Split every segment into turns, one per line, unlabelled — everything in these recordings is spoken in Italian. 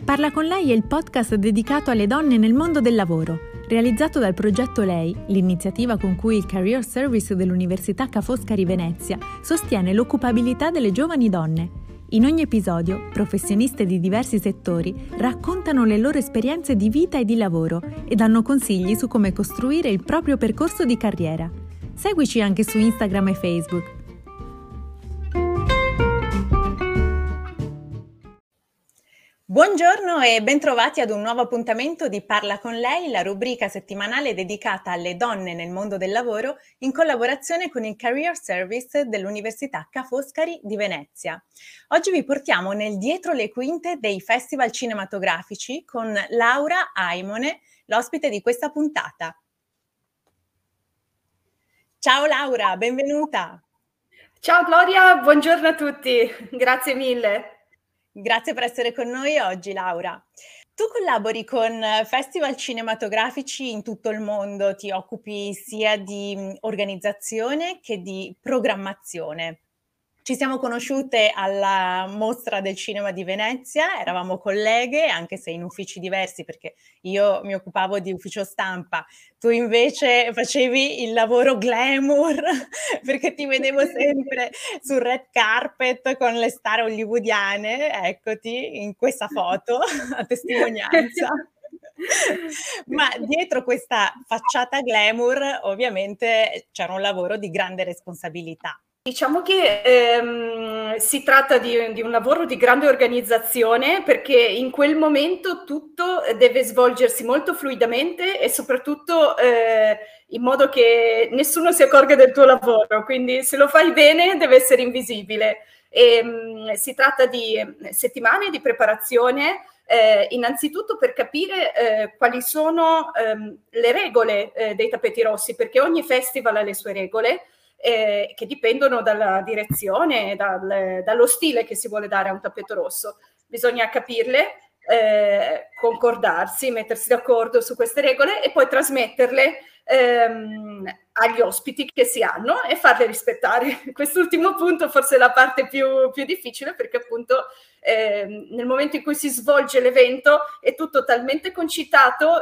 Parla con lei è il podcast dedicato alle donne nel mondo del lavoro, realizzato dal progetto Lei, l'iniziativa con cui il Career Service dell'Università Ca' Foscari Venezia sostiene l'occupabilità delle giovani donne. In ogni episodio, professioniste di diversi settori raccontano le loro esperienze di vita e di lavoro e danno consigli su come costruire il proprio percorso di carriera. Seguici anche su Instagram e Facebook. Buongiorno e bentrovati ad un nuovo appuntamento di Parla con lei, la rubrica settimanale dedicata alle donne nel mondo del lavoro in collaborazione con il Career Service dell'Università Ca' Foscari di Venezia. Oggi vi portiamo nel dietro le quinte dei festival cinematografici con Laura Aimone, l'ospite di questa puntata. Ciao Laura, benvenuta!
Ciao Gloria, buongiorno a tutti, grazie mille.
Grazie per essere con noi oggi, Laura. Tu collabori con festival cinematografici in tutto il mondo, ti occupi sia di organizzazione che di programmazione. Ci siamo conosciute alla Mostra del Cinema di Venezia, eravamo colleghe, anche se in uffici diversi, perché io mi occupavo di ufficio stampa, tu invece facevi il lavoro glamour, perché ti vedevo sempre sul red carpet con le star hollywoodiane, eccoti in questa foto a testimonianza. Ma dietro questa facciata glamour ovviamente c'era un lavoro di grande responsabilità.
Diciamo che si tratta di un lavoro di grande organizzazione, perché in quel momento tutto deve svolgersi molto fluidamente e soprattutto in modo che nessuno si accorga del tuo lavoro, quindi se lo fai bene deve essere invisibile. Si tratta di settimane di preparazione, innanzitutto per capire quali sono le regole dei tappeti rossi, perché ogni festival ha le sue regole, che dipendono dalla direzione, dallo stile che si vuole dare a un tappeto rosso. Bisogna capirle, concordarsi, mettersi d'accordo su queste regole e poi trasmetterle agli ospiti che si hanno e farle rispettare. Quest'ultimo punto forse è la parte più difficile, perché appunto nel momento in cui si svolge l'evento è tutto talmente concitato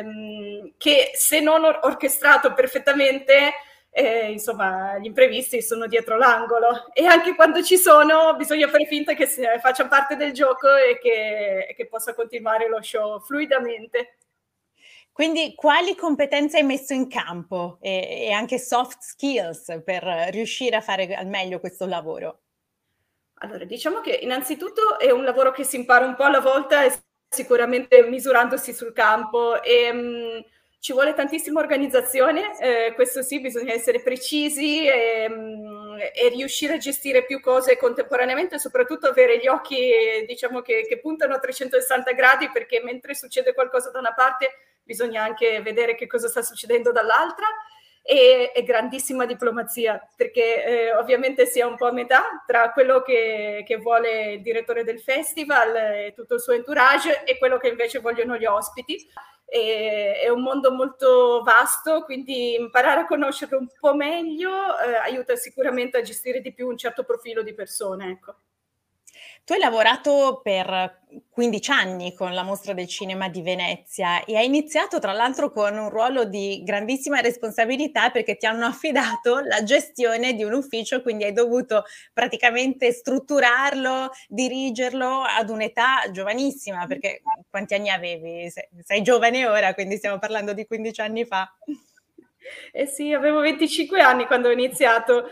che se non orchestrato perfettamente, insomma, gli imprevisti sono dietro l'angolo, e anche quando ci sono bisogna fare finta che faccia parte del gioco e che possa continuare lo show fluidamente.
Quindi quali competenze hai messo in campo e anche soft skills per riuscire a fare al meglio questo lavoro?
Allora, diciamo che innanzitutto è un lavoro che si impara un po' alla volta e sicuramente misurandosi sul campo, e ci vuole tantissima organizzazione, questo sì, bisogna essere precisi e riuscire a gestire più cose contemporaneamente, e soprattutto avere gli occhi, diciamo, che puntano a 360 gradi, perché mentre succede qualcosa da una parte bisogna anche vedere che cosa sta succedendo dall'altra. E grandissima diplomazia, perché ovviamente si è un po' a metà tra quello che vuole il direttore del festival e tutto il suo entourage e quello che invece vogliono gli ospiti. È un mondo molto vasto, quindi imparare a conoscerlo un po' meglio aiuta sicuramente a gestire di più un certo profilo di persone, ecco.
Tu hai lavorato per 15 anni con la Mostra del Cinema di Venezia e hai iniziato tra l'altro con un ruolo di grandissima responsabilità, perché ti hanno affidato la gestione di un ufficio, quindi hai dovuto praticamente strutturarlo, dirigerlo ad un'età giovanissima, perché quanti anni avevi? Sei giovane ora, quindi stiamo parlando di 15 anni fa.
Eh sì, avevo 25 anni quando ho iniziato.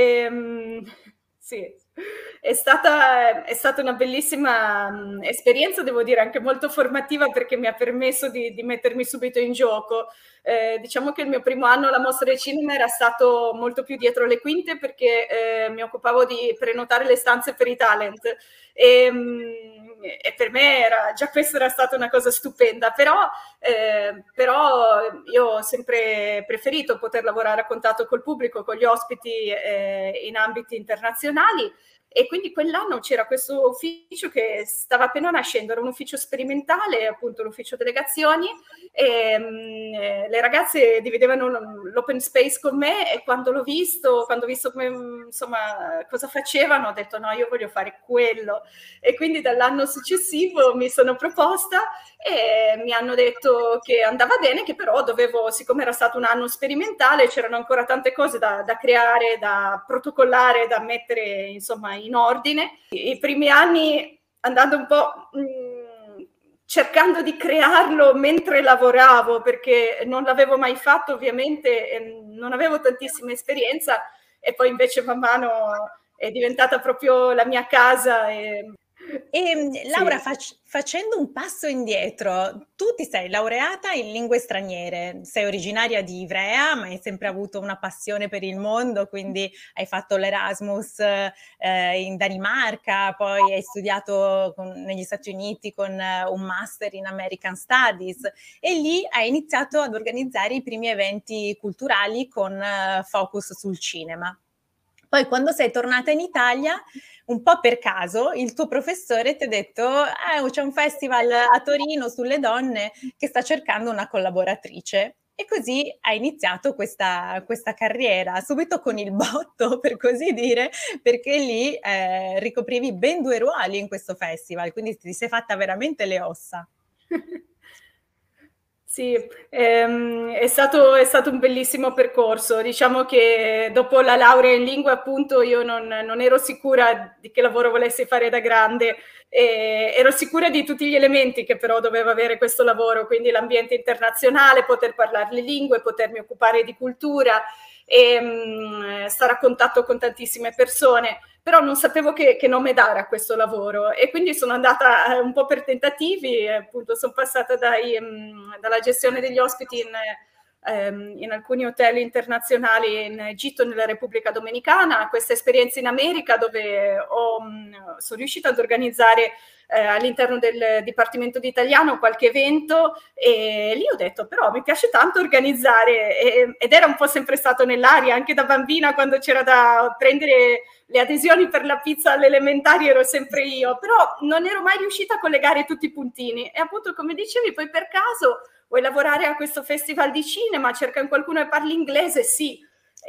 Sì, è stata una bellissima esperienza, devo dire, anche molto formativa, perché mi ha permesso di mettermi subito in gioco. Diciamo che il mio primo anno alla Mostra del Cinema era stato molto più dietro le quinte, perché mi occupavo di prenotare le stanze per i talent. E per me già questa era stata una cosa stupenda, però però io ho sempre preferito poter lavorare a contatto col pubblico, con gli ospiti in ambiti internazionali. E quindi quell'anno c'era questo ufficio che stava appena nascendo, era un ufficio sperimentale, appunto l'ufficio delegazioni, e le ragazze dividevano l'open space con me, e quando ho visto come, insomma, cosa facevano, ho detto no, io voglio fare quello. E quindi dall'anno successivo mi sono proposta e mi hanno detto che andava bene, che però dovevo, siccome era stato un anno sperimentale, c'erano ancora tante cose da creare, da protocollare, da mettere insomma in ordine. I primi anni, andando un po' cercando di crearlo mentre lavoravo, perché non l'avevo mai fatto ovviamente, e non avevo tantissima esperienza, e poi invece man mano è diventata proprio la mia casa.
Laura,
Sì.
facendo un passo indietro, tu ti sei laureata in lingue straniere, sei originaria di Ivrea, ma hai sempre avuto una passione per il mondo, quindi hai fatto l'Erasmus in Danimarca, poi hai studiato negli Stati Uniti con un master in American Studies, e lì hai iniziato ad organizzare i primi eventi culturali con focus sul cinema. Poi quando sei tornata in Italia, un po' per caso, il tuo professore ti ha detto c'è un festival a Torino sulle donne che sta cercando una collaboratrice. E così hai iniziato questa carriera, subito con il botto, per così dire, perché lì ricoprivi ben 2 ruoli in questo festival, quindi ti sei fatta veramente le ossa.
Sì, è stato un bellissimo percorso. Diciamo che dopo la laurea in lingue, appunto, io non ero sicura di che lavoro volessi fare da grande. Ero sicura di tutti gli elementi che però doveva avere questo lavoro, quindi l'ambiente internazionale, poter parlare le lingue, potermi occupare di cultura e stare a contatto con tantissime persone. Però non sapevo che nome dare a questo lavoro, e quindi sono andata un po' per tentativi. Appunto sono passata dalla gestione degli ospiti in alcuni hotel internazionali in Egitto, nella Repubblica Dominicana, a questa esperienza in America, dove sono riuscita ad organizzare all'interno del Dipartimento di Italiano qualche evento, e lì ho detto però mi piace tanto organizzare, ed era un po' sempre stato nell'aria, anche da bambina, quando c'era da prendere le adesioni per la pizza alle elementari ero sempre io, però non ero mai riuscita a collegare tutti i puntini. E appunto, come dicevi, poi per caso vuoi lavorare a questo festival di cinema, cercano qualcuno che parli inglese? Sì.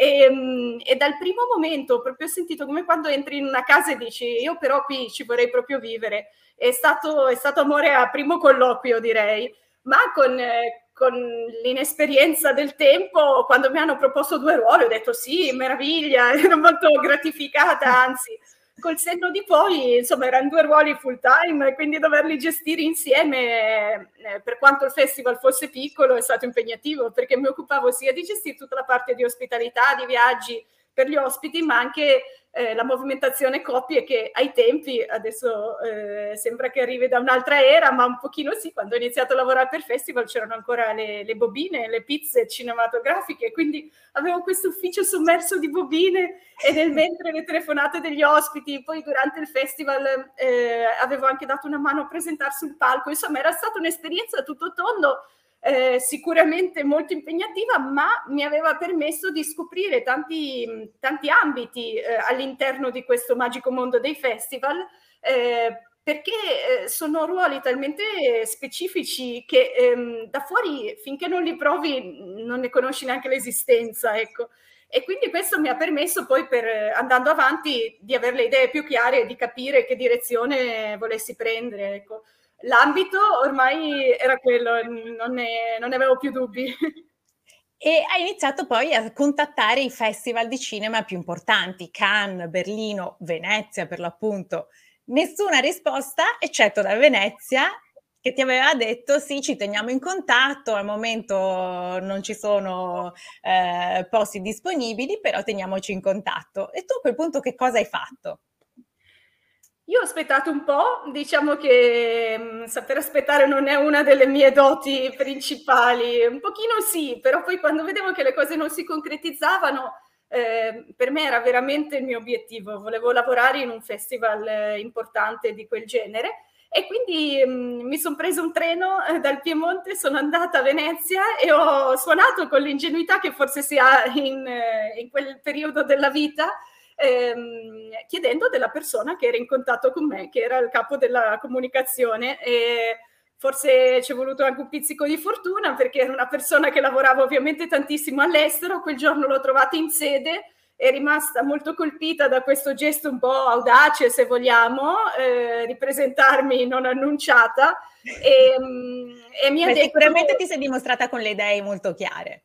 E dal primo momento proprio ho sentito come quando entri in una casa e dici io però qui ci vorrei proprio vivere. È stato amore a primo colloquio, direi, ma con l'inesperienza del tempo, quando mi hanno proposto 2 ruoli, ho detto sì, meraviglia, ero molto gratificata, anzi, col senno di poi, insomma, erano 2 ruoli full time, quindi doverli gestire insieme, per quanto il festival fosse piccolo, è stato impegnativo, perché mi occupavo sia di gestire tutta la parte di ospitalità, di viaggi per gli ospiti, ma anche la movimentazione coppie, che ai tempi, adesso sembra che arrivi da un'altra era, ma un pochino sì, quando ho iniziato a lavorare per festival c'erano ancora le bobine, le pizze cinematografiche, quindi avevo questo ufficio sommerso di bobine, e nel mentre le telefonate degli ospiti, poi durante il festival avevo anche dato una mano a presentare sul palco. Insomma, era stata un'esperienza a tutto tondo, sicuramente molto impegnativa, ma mi aveva permesso di scoprire tanti ambiti all'interno di questo magico mondo dei festival, perché sono ruoli talmente specifici che da fuori, finché non li provi, non ne conosci neanche l'esistenza, ecco. E quindi questo mi ha permesso poi, andando avanti, di avere le idee più chiare e di capire che direzione volessi prendere, ecco. L'ambito ormai era quello, non ne avevo più dubbi.
E hai iniziato poi a contattare i festival di cinema più importanti, Cannes, Berlino, Venezia per l'appunto. Nessuna risposta, eccetto da Venezia, che ti aveva detto sì, ci teniamo in contatto, al momento non ci sono posti disponibili, però teniamoci in contatto. E tu a quel punto che cosa hai fatto?
Io ho aspettato un po', diciamo che saper aspettare non è una delle mie doti principali, un pochino sì, però poi quando vedevo che le cose non si concretizzavano, per me era veramente il mio obiettivo, volevo lavorare in un festival importante di quel genere, E quindi mi sono preso un treno dal Piemonte, sono andata a Venezia e ho suonato con l'ingenuità che forse si ha in quel periodo della vita, chiedendo della persona che era in contatto con me, che era il capo della comunicazione, e forse ci è voluto anche un pizzico di fortuna, perché era una persona che lavorava ovviamente tantissimo all'estero. Quel giorno l'ho trovata in sede, è rimasta molto colpita da questo gesto un po' audace, se vogliamo, di presentarmi non annunciata, e mi ha detto...
Sicuramente ti sei dimostrata con le idee molto chiare.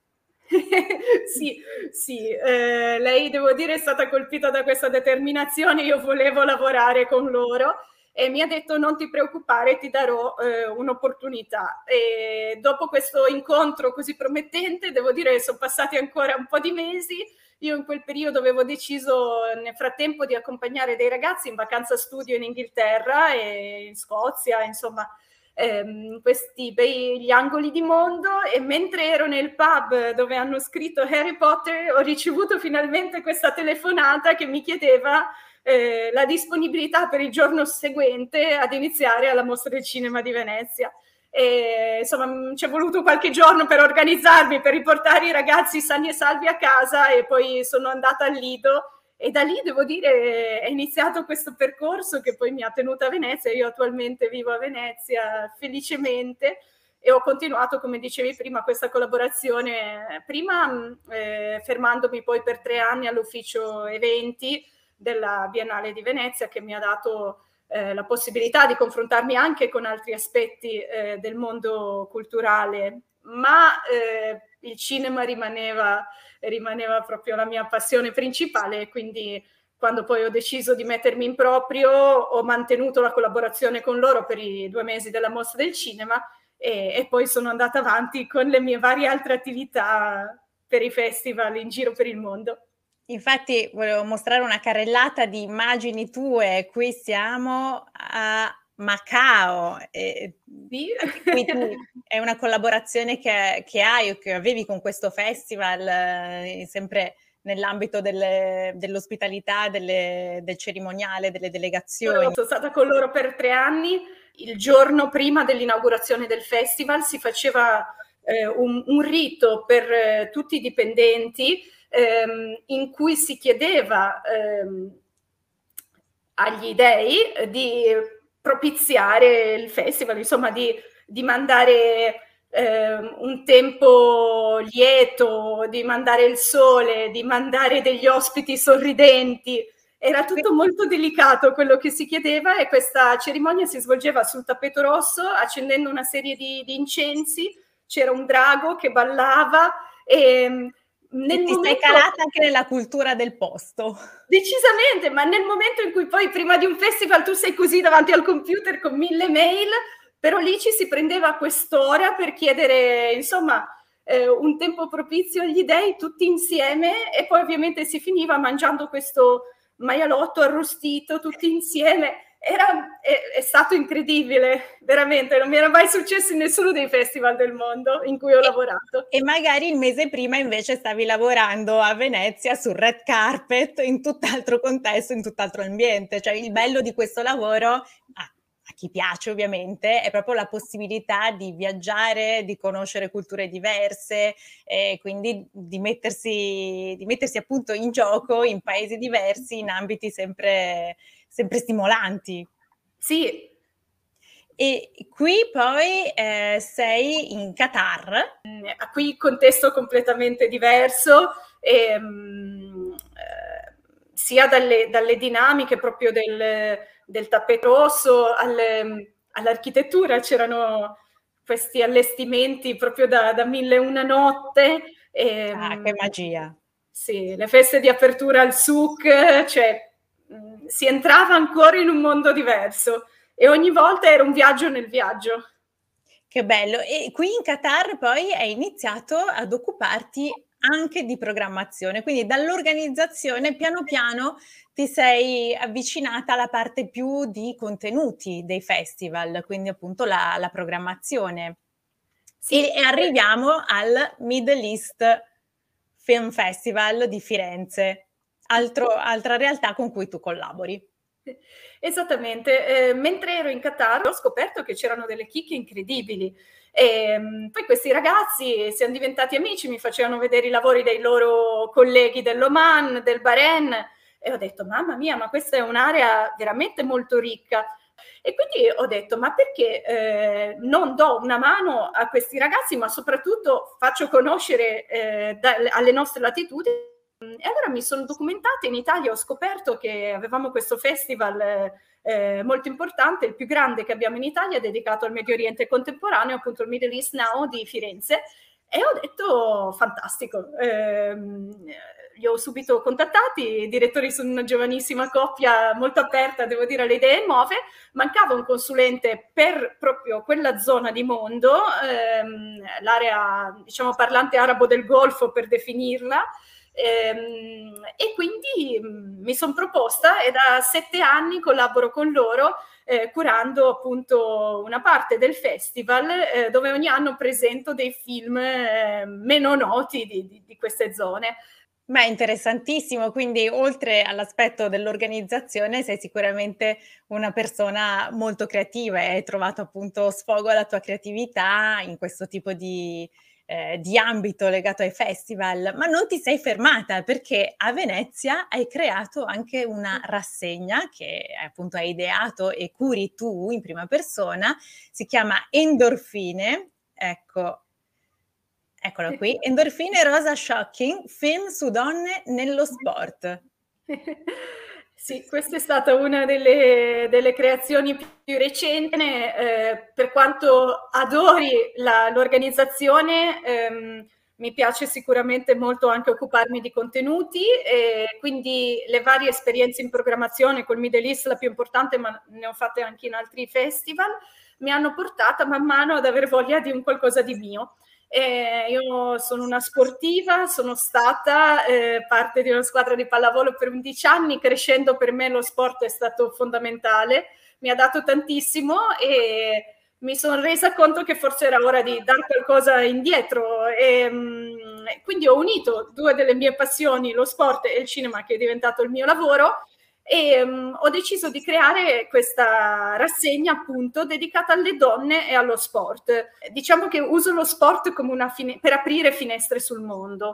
Sì, sì, lei, devo dire, è stata colpita da questa determinazione. Io volevo lavorare con loro e mi ha detto: non ti preoccupare, ti darò un'opportunità. E dopo questo incontro così promettente, devo dire che sono passati ancora un po' di mesi. Io in quel periodo avevo deciso nel frattempo di accompagnare dei ragazzi in vacanza studio in Inghilterra e in Scozia, insomma, questi begli angoli di mondo. E mentre ero nel pub dove hanno scritto Harry Potter, ho ricevuto finalmente questa telefonata che mi chiedeva la disponibilità per il giorno seguente ad iniziare alla Mostra del Cinema di Venezia. E, insomma, ci è voluto qualche giorno per organizzarmi, per riportare i ragazzi sani e salvi a casa, e poi sono andata al Lido. E da lì, devo dire, è iniziato questo percorso che poi mi ha tenuta a Venezia. Io attualmente vivo a Venezia felicemente, e ho continuato, come dicevi prima, questa collaborazione, prima fermandomi poi per 3 anni all'ufficio eventi della Biennale di Venezia, che mi ha dato la possibilità di confrontarmi anche con altri aspetti del mondo culturale, ma il cinema rimaneva proprio la mia passione principale. E quindi, quando poi ho deciso di mettermi in proprio, ho mantenuto la collaborazione con loro per i 2 mesi della Mostra del Cinema, e poi sono andata avanti con le mie varie altre attività per i festival in giro per il mondo.
Infatti volevo mostrare una carrellata di immagini tue. Qui siamo a Macao,
Sì.
è una collaborazione che hai o che avevi con questo festival, sempre nell'ambito dell'ospitalità, del cerimoniale, delle delegazioni.
Sono stata con loro per 3 anni. Il giorno prima dell'inaugurazione del festival si faceva un rito per tutti i dipendenti, in cui si chiedeva agli dei di propiziare il festival, insomma di mandare un tempo lieto, di mandare il sole, di mandare degli ospiti sorridenti. Era tutto molto delicato quello che si chiedeva, e questa cerimonia si svolgeva sul tappeto rosso, accendendo una serie di incensi. C'era un drago che ballava, e
sei calata anche nella cultura del posto.
Decisamente, ma nel momento in cui poi prima di un festival tu sei così davanti al computer con 1000 mail, però lì ci si prendeva quest'ora per chiedere, insomma, un tempo propizio agli dei tutti insieme, e poi ovviamente si finiva mangiando questo maialotto arrostito tutti insieme. È stato incredibile, veramente, non mi era mai successo in nessuno dei festival del mondo in cui ho lavorato.
E magari il mese prima invece stavi lavorando a Venezia sul red carpet, in tutt'altro contesto, in tutt'altro ambiente. Cioè, il bello di questo lavoro, a chi piace ovviamente, è proprio la possibilità di viaggiare, di conoscere culture diverse, e quindi di mettersi appunto in gioco in paesi diversi, in ambiti sempre stimolanti.
Sì.
E qui poi sei in Qatar.
Qui contesto completamente diverso, sia dalle dinamiche proprio del tappeto rosso all'architettura. C'erano questi allestimenti proprio da 1001 notte.
Che magia!
Sì, le feste di apertura al souk, cioè si entrava ancora in un mondo diverso, e ogni volta era un viaggio nel viaggio.
Che bello! E qui in Qatar poi hai iniziato ad occuparti anche di programmazione, quindi dall'organizzazione piano piano ti sei avvicinata alla parte più di contenuti dei festival, quindi appunto la programmazione.
Sì.
E arriviamo al Middle East Film Festival di Firenze, altra realtà con cui tu collabori.
Esattamente, mentre ero in Qatar ho scoperto che c'erano delle chicche incredibili. Poi questi ragazzi siamo diventati amici, mi facevano vedere i lavori dei loro colleghi dell'Oman, del Bahrain, e ho detto mamma mia, ma questa è un'area veramente molto ricca. E quindi ho detto ma perché non do una mano a questi ragazzi, ma soprattutto faccio conoscere alle nostre latitudini. E allora mi sono documentata in Italia, ho scoperto che avevamo questo festival molto importante, il più grande che abbiamo in Italia, dedicato al Medio Oriente contemporaneo, appunto il Middle East Now di Firenze, e ho detto fantastico. Li ho subito contattati, i direttori sono una giovanissima coppia molto aperta, devo dire, alle idee nuove. Mancava un consulente per proprio quella zona di mondo, l'area, diciamo, parlante arabo del Golfo, per definirla. E quindi mi sono proposta e da 7 anni collaboro con loro, curando appunto una parte del festival, dove ogni anno presento dei film meno noti di queste zone.
Beh, interessantissimo, quindi oltre all'aspetto dell'organizzazione sei sicuramente una persona molto creativa e hai trovato appunto sfogo alla tua creatività in questo tipo di ambito legato ai festival, ma non ti sei fermata perché a Venezia hai creato anche una rassegna che appunto hai ideato e curi tu in prima persona, si chiama Endorfine, ecco. Eccola qui, Endorfine Rosa Shocking, film su donne nello sport.
Sì, questa è stata una delle creazioni più recenti. Per quanto adori l'organizzazione, mi piace sicuramente molto anche occuparmi di contenuti, e quindi le varie esperienze in programmazione col Middle East, la più importante, ma ne ho fatte anche in altri festival, mi hanno portata man mano ad aver voglia di un qualcosa di mio. Io sono una sportiva, sono stata parte di una squadra di pallavolo per 11 anni, crescendo per me lo sport è stato fondamentale, mi ha dato tantissimo e mi sono resa conto che forse era ora di dare qualcosa indietro, e quindi ho unito 2 delle mie passioni, lo sport e il cinema, che è diventato il mio lavoro, e ho deciso di creare questa rassegna appunto dedicata alle donne e allo sport. Diciamo che uso lo sport come per aprire finestre sul mondo.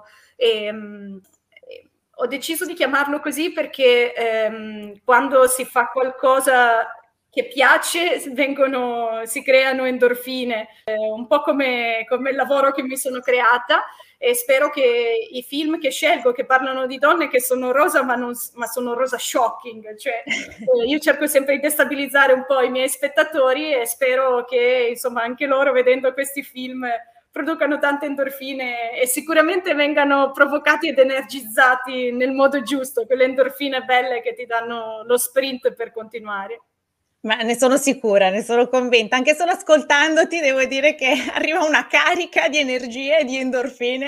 Ho deciso di chiamarlo così perché quando si fa qualcosa che piace si creano endorfine, un po' come il lavoro che mi sono creata, e spero che i film che scelgo, che parlano di donne che sono rosa, ma sono rosa shocking, cioè io cerco sempre di destabilizzare un po' i miei spettatori, e spero che insomma anche loro, vedendo questi film, producano tante endorfine e sicuramente vengano provocati ed energizzati nel modo giusto, quelle endorfine belle che ti danno lo sprint per continuare.
Ma ne sono sicura, ne sono convinta. Anche solo ascoltandoti devo dire che arriva una carica di energie e di endorfine.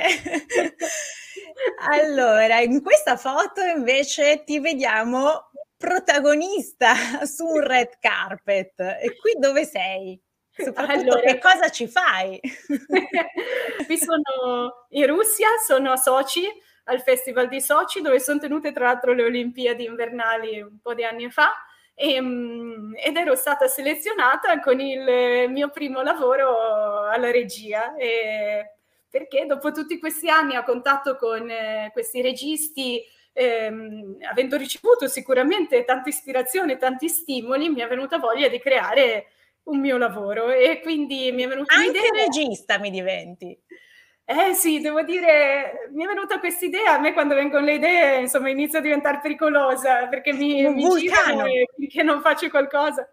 Allora, in questa foto invece ti vediamo protagonista su un red carpet. E qui dove sei? Soprattutto
Allora,
che cosa ci fai?
qui sono in Russia, sono a Sochi, al Festival di Sochi, dove sono tenute tra l'altro le Olimpiadi invernali un po' di anni fa. Ed ero stata selezionata con il mio primo lavoro alla regia, perché dopo tutti questi anni a contatto con questi registi, avendo ricevuto sicuramente tanta ispirazione, tanti stimoli, mi è venuta voglia di creare un mio lavoro, e quindi mi è venuta l'idea.
Anche regista mi diventi.
Sì, devo dire, mi è venuta questa idea. A me quando vengono le idee, insomma, inizio a diventare pericolosa, perché
Un
mi girano
vulcano.
e finché non faccio qualcosa.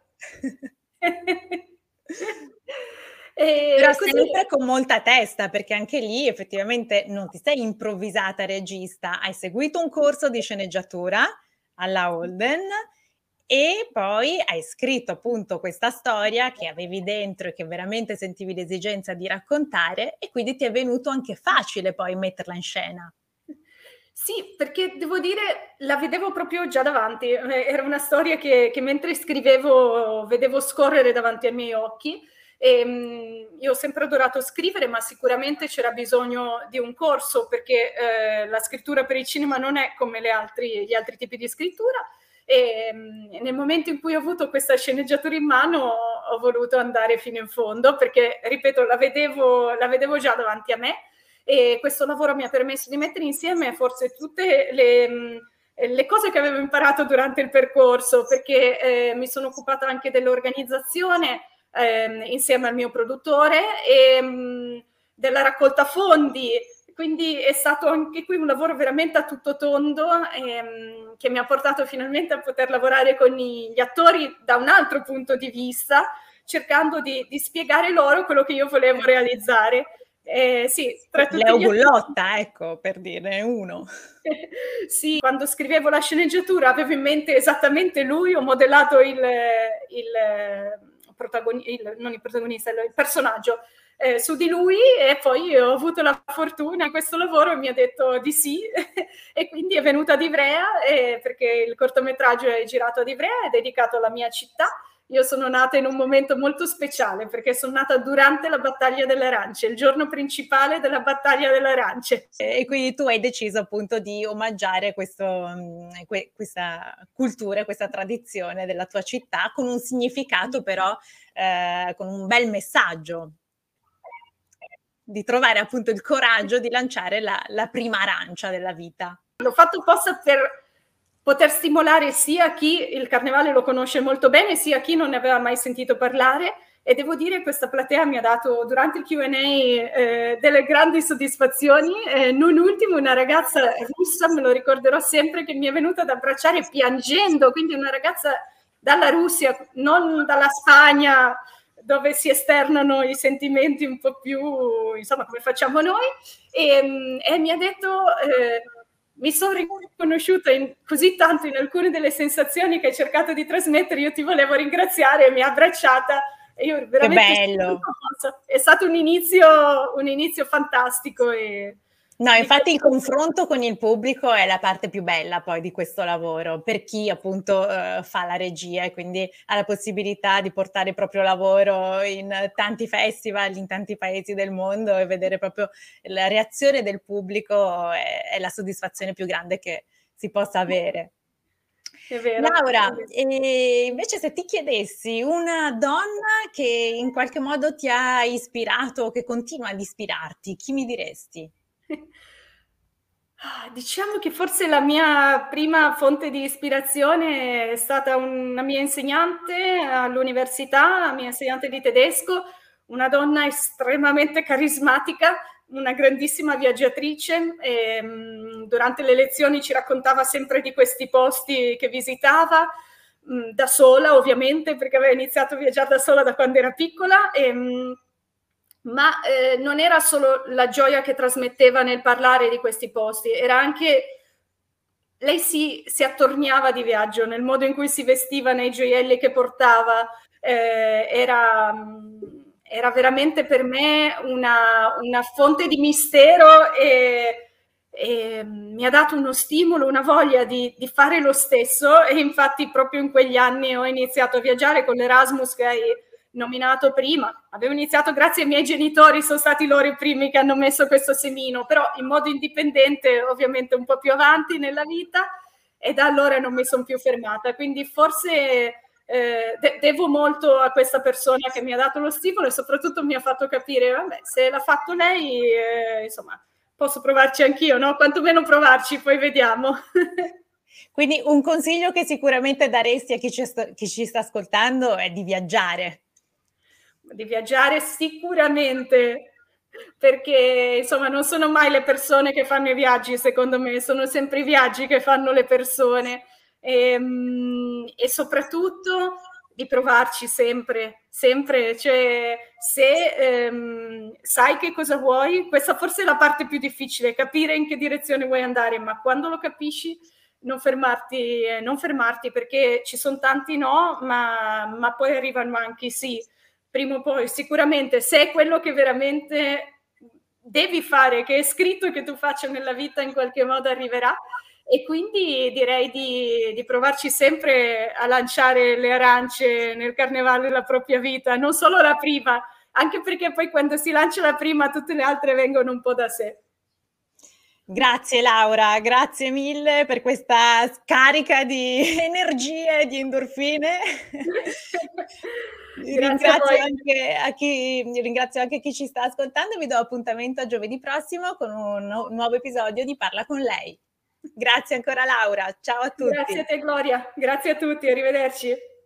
Però
Così.
sempre con molta testa, perché anche lì effettivamente non ti sei improvvisata regista, hai seguito un corso di sceneggiatura alla Holden e poi hai scritto appunto questa storia che avevi dentro e che veramente sentivi l'esigenza di raccontare, e quindi ti è venuto anche facile poi metterla in scena.
Sì, perché devo dire, la vedevo proprio già davanti. Era una storia che mentre scrivevo vedevo scorrere davanti ai miei occhi. Io ho sempre adorato scrivere, ma sicuramente c'era bisogno di un corso, perché la scrittura per il cinema non è come gli altri tipi di scrittura. e nel momento in cui ho avuto questa sceneggiatura in mano ho voluto andare fino in fondo, perché, ripeto, la vedevo già davanti a me, e questo lavoro mi ha permesso di mettere insieme forse tutte le cose che avevo imparato durante il percorso, perché mi sono occupata anche dell'organizzazione insieme al mio produttore e della raccolta fondi, quindi è stato anche qui un lavoro veramente a tutto tondo che mi ha portato finalmente a poter lavorare con gli attori da un altro punto di vista, cercando di spiegare loro quello che io volevo realizzare. Sì, tra tutti
Leo
gli
Gullotta, ecco, per dirne uno.
Sì, quando scrivevo la sceneggiatura avevo in mente esattamente lui, ho modellato il personaggio su di lui, e poi ho avuto la fortuna in questo lavoro e mi ha detto di sì e quindi è venuta ad Ivrea perché il cortometraggio è girato ad Ivrea, è dedicato alla mia città. Io sono nata in un momento molto speciale, perché sono nata durante la battaglia delle arance, il giorno principale della battaglia delle arance.
E quindi tu hai deciso appunto di omaggiare questa cultura e questa tradizione della tua città, con un significato però, con un bel messaggio, di trovare appunto il coraggio di lanciare la prima arancia della vita.
L'ho fatto apposta per poter stimolare sia chi il carnevale lo conosce molto bene, sia chi non ne aveva mai sentito parlare, e devo dire che questa platea mi ha dato durante il Q&A delle grandi soddisfazioni, non ultimo una ragazza russa, me lo ricorderò sempre, che mi è venuta ad abbracciare piangendo, quindi una ragazza dalla Russia, non dalla Spagna, dove si esternano i sentimenti un po' più, insomma, come facciamo noi, e mi ha detto mi sono riconosciuta così tanto in alcune delle sensazioni che hai cercato di trasmettere, io ti volevo ringraziare, e mi ha abbracciata, e io veramente,
che bello!
È stato un inizio fantastico.
No, infatti il confronto con il pubblico è la parte più bella poi di questo lavoro, per chi appunto fa la regia e quindi ha la possibilità di portare il proprio lavoro in tanti festival, in tanti paesi del mondo, e vedere proprio la reazione del pubblico è la soddisfazione più grande che si possa avere.
È vero.
Laura, invece se ti chiedessi una donna che in qualche modo ti ha ispirato o che continua ad ispirarti, chi mi diresti?
Diciamo che forse la mia prima fonte di ispirazione è stata una mia insegnante all'università, mia insegnante di tedesco, una donna estremamente carismatica, una grandissima viaggiatrice. Durante le lezioni ci raccontava sempre di questi posti che visitava, da sola ovviamente, perché aveva iniziato a viaggiare da sola da quando era piccola, ma non era solo la gioia che trasmetteva nel parlare di questi posti, era anche lei si attorniava di viaggio nel modo in cui si vestiva, nei gioielli che portava, era veramente per me una fonte di mistero, e mi ha dato uno stimolo, una voglia di fare lo stesso, e infatti proprio in quegli anni ho iniziato a viaggiare con l'Erasmus che hai nominato prima. Avevo iniziato grazie ai miei genitori, sono stati loro i primi che hanno messo questo semino, però in modo indipendente, ovviamente un po' più avanti nella vita, e da allora non mi sono più fermata. Quindi forse devo molto a questa persona che mi ha dato lo stimolo, e soprattutto mi ha fatto capire, vabbè, se l'ha fatto lei, insomma, posso provarci anch'io, no? Quantomeno provarci, poi vediamo.
Quindi un consiglio che sicuramente daresti a chi ci sta ascoltando è di viaggiare.
Di viaggiare sicuramente, perché insomma non sono mai le persone che fanno i viaggi, secondo me, sono sempre i viaggi che fanno le persone, e soprattutto di provarci sempre, cioè se sai che cosa vuoi, questa forse è la parte più difficile, capire in che direzione vuoi andare, ma quando lo capisci non fermarti, perché ci sono tanti no, ma poi arrivano anche sì, prima o poi. Sicuramente, se è quello che veramente devi fare, che è scritto che tu faccia nella vita, in qualche modo arriverà. E quindi direi di provarci sempre a lanciare le arance nel carnevale della propria vita, non solo la prima, anche perché poi quando si lancia la prima tutte le altre vengono un po' da sé.
Grazie Laura, grazie mille per questa scarica di energie e di endorfine.
Grazie a voi.
Ringrazio anche chi ci sta ascoltando e vi do appuntamento a giovedì prossimo con un nuovo episodio di Parla con lei. Grazie ancora Laura, ciao a
Grazie a
tutti.
te Gloria, grazie a tutti, arrivederci.